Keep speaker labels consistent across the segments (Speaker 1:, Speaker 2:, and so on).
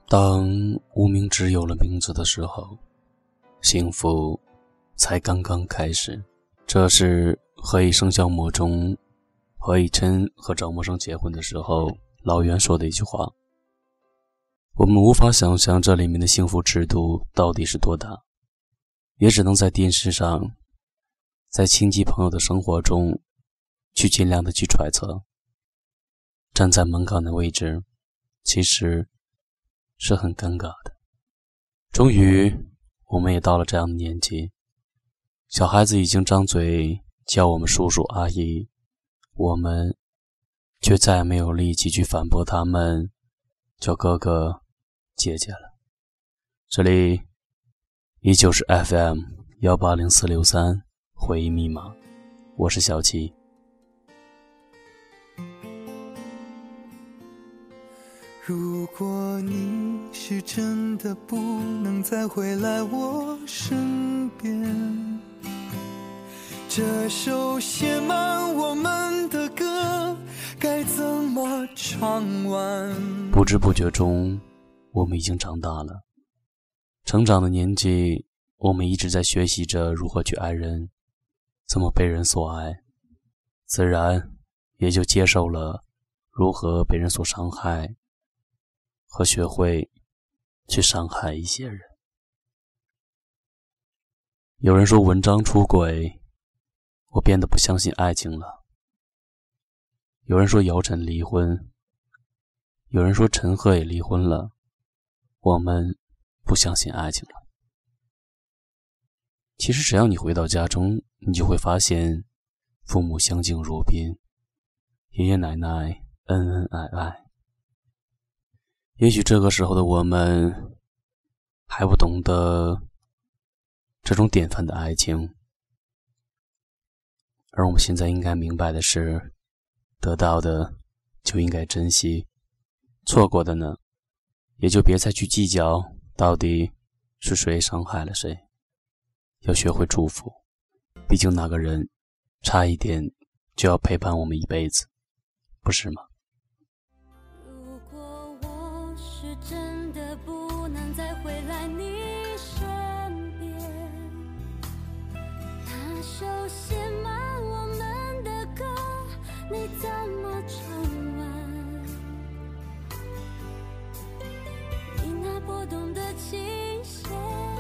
Speaker 1: 当无名指有了名字的时候，幸福才刚刚开始。这是何以笙箫默中何以琛和赵默笙结婚的时候老袁说的一句话。我们无法想象这里面的幸福尺度到底是多大，也只能在电视上，在亲戚朋友的生活中去尽量的去揣测。站在门槛的位置其实是很尴尬的。终于我们也到了这样的年纪，小孩子已经张嘴叫我们叔叔阿姨，我们却再也没有力气去反驳他们叫哥哥姐姐了。这里依旧是 FM 180-463回忆密码，我是小七。
Speaker 2: 如果你是真的不能再回来我身边，这首写满我们的歌该怎么唱完？
Speaker 1: 不知不觉中我们已经长大了，成长的年纪，我们一直在学习着如何去爱人，怎么被人所爱，自然也就接受了如何被人所伤害，和学会去伤害一些人。有人说文章出轨，我变得不相信爱情了。有人说姚晨离婚，有人说陈赫也离婚了，我们不相信爱情了。其实只要你回到家中，你就会发现父母相敬如宾，爷爷奶奶恩恩爱爱。也许这个时候的我们还不懂得这种典范的爱情，而我们现在应该明白的是，得到的就应该珍惜，错过的呢，也就别再去计较到底是谁伤害了谁，要学会祝福，毕竟那个人差一点就要陪伴我们一辈子，不是吗？
Speaker 3: 如果我是真的不能再回来你身边，那首写满我们的歌你怎么唱完？你那波动的琴弦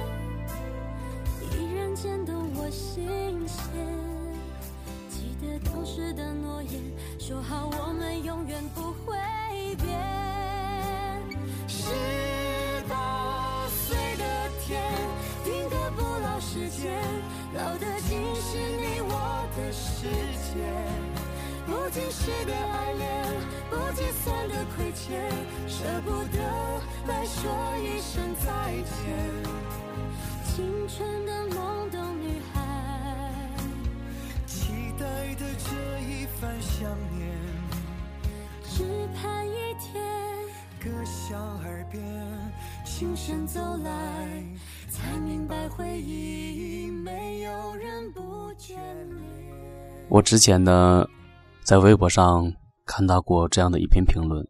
Speaker 3: 依然牵动我心弦，记得当时的诺言，说好我们永远不会变。18岁的天，定格不老时间，老的竟是你我的世界。不经事的爱恋，不计算的亏欠，舍不得来说一声再见。青春的懵懂女孩，
Speaker 2: 期待的这一番想念，
Speaker 3: 只盼一天
Speaker 2: 歌响耳边，
Speaker 3: 轻声走来，才明白回忆没有人不眷恋。
Speaker 1: 我之前呢在微博上看到过这样的一篇评论，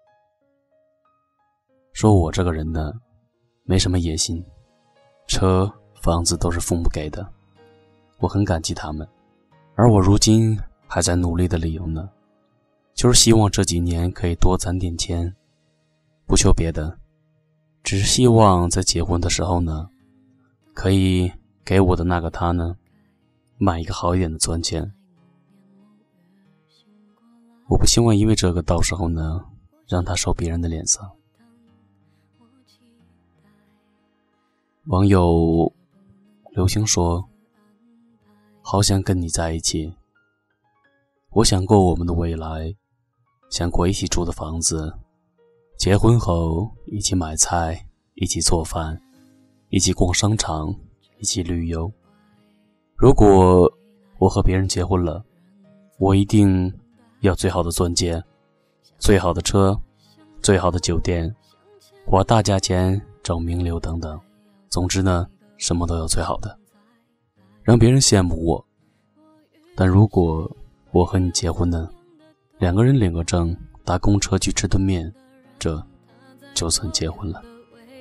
Speaker 1: 说我这个人呢没什么野心，车房子都是父母给的，我很感激他们，而我如今还在努力的理由呢，就是希望这几年可以多攒点钱，不求别的，只是希望在结婚的时候呢，可以给我的那个他呢买一个好一点的钻戒。我不希望因为这个到时候呢让他受别人的脸色。网友流星说，好想跟你在一起，我想过我们的未来，想过一起住的房子，结婚后一起买菜，一起做饭，一起逛商场，一起旅游。如果我和别人结婚了，我一定要最好的钻戒，最好的车，最好的酒店，花大价钱找名流等等，总之呢什么都要最好的，让别人羡慕我。但如果我和你结婚呢，两个人领个证，搭公车去吃顿面，这就算结婚了。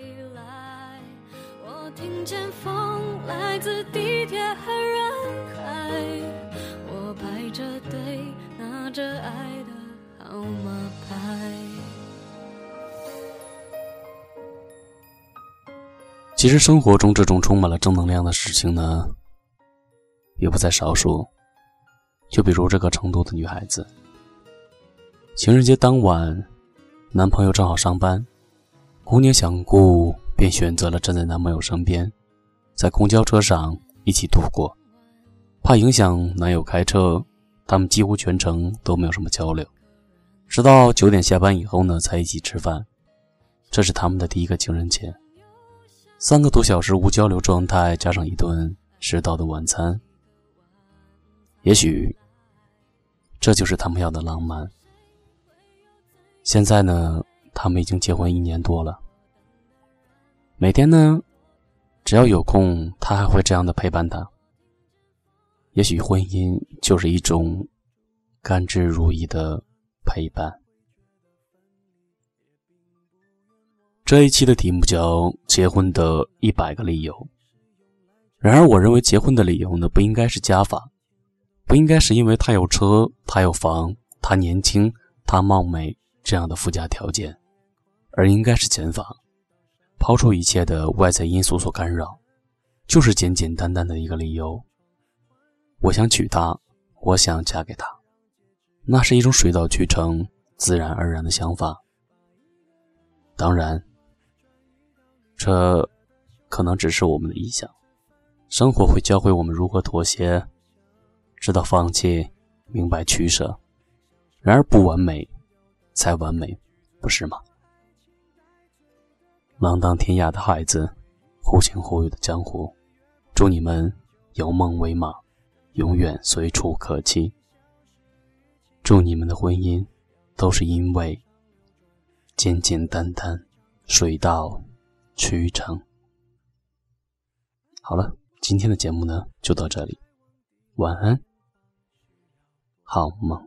Speaker 3: 我听见风来自地铁和人海，我排着队拿着爱的号码牌。
Speaker 1: 其实生活中这种充满了正能量的事情呢，也不在少数。就比如这个成都的女孩子，情人节当晚，男朋友正好上班，姑娘想顾便选择了站在男朋友身边，在公交车上一起度过。怕影响男友开车，他们几乎全程都没有什么交流，直到9点下班以后呢，才一起吃饭。这是他们的第一个情人节，3个多小时无交流状态，加上一顿迟到的晚餐。也许这就是他们要的浪漫。现在呢，他们已经结婚1年多了，每天呢，只要有空，他还会这样的陪伴他。也许婚姻就是一种甘之如饴的陪伴。这一期的题目叫结婚的100个理由。然而我认为结婚的理由呢，不应该是加法，不应该是因为他有车，他有房，他年轻，他貌美这样的附加条件，而应该是减法，抛出一切的外在因素所干扰，就是简简单单的一个理由。我想娶她，我想嫁给她，那是一种水到渠成自然而然的想法。当然这可能只是我们的臆想，生活会教会我们如何妥协，知道放弃，明白取舍。然而不完美才完美，不是吗？浪荡天涯的孩子，忽晴忽雨的江湖，祝你们有梦为马，永远随处可栖。祝你们的婚姻都是因为简简单单，水到渠成。好了，今天的节目呢就到这里，晚安，好梦。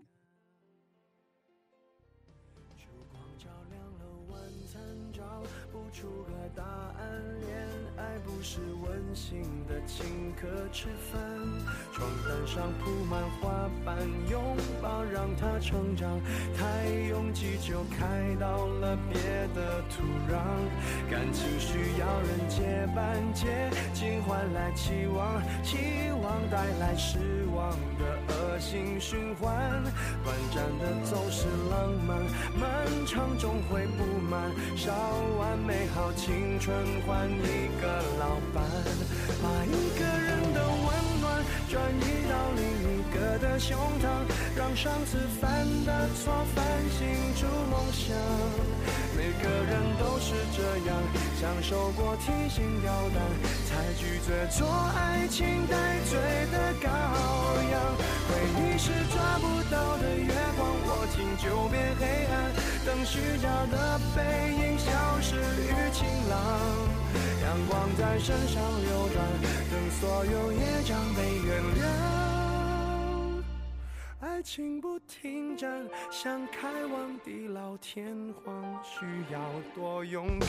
Speaker 2: 是温馨的请客吃饭，床单上铺满花瓣，拥抱让它成长，太拥挤就开到了别的土壤，感情需要人接班，接近换来期望，期望带来失望的恶性循环，短暂的总是浪漫，漫长终会不满，烧完美好青春换一个老板，把一个人的温暖转移到另一个的胸膛，让上次犯的错反省出梦想。每个人都是这样，享受过提心吊胆，才拒绝做爱情带罪的羔羊。回忆是抓不到的月光，握紧就变黑暗，等虚假的背影消失于晴朗。阳光在身上流转，等所有业障被原谅。爱情不停站，想开往地老天荒，需要多勇敢。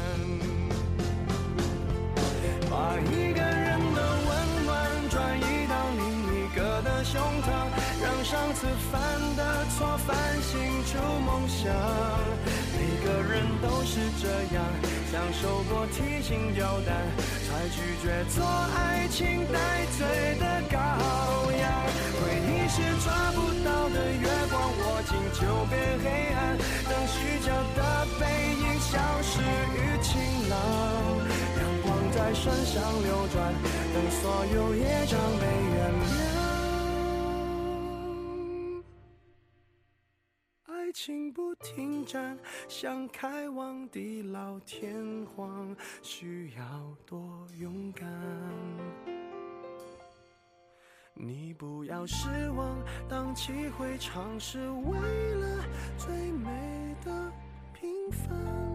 Speaker 2: 把一个人的温暖转移到另一个的胸膛，让上次犯的错反省出梦想。每个人都是这样，享受过提心吊胆，才拒绝做爱情带罪的羔羊。回忆是抓不到的月光，握紧就变黑暗，等虚假的背影消失于晴朗。阳光在身上流转，等所有业障被原谅。爱情不停站，想开往地老天荒，需要多勇敢。你不要失望，荡气回肠是为了最美的平凡。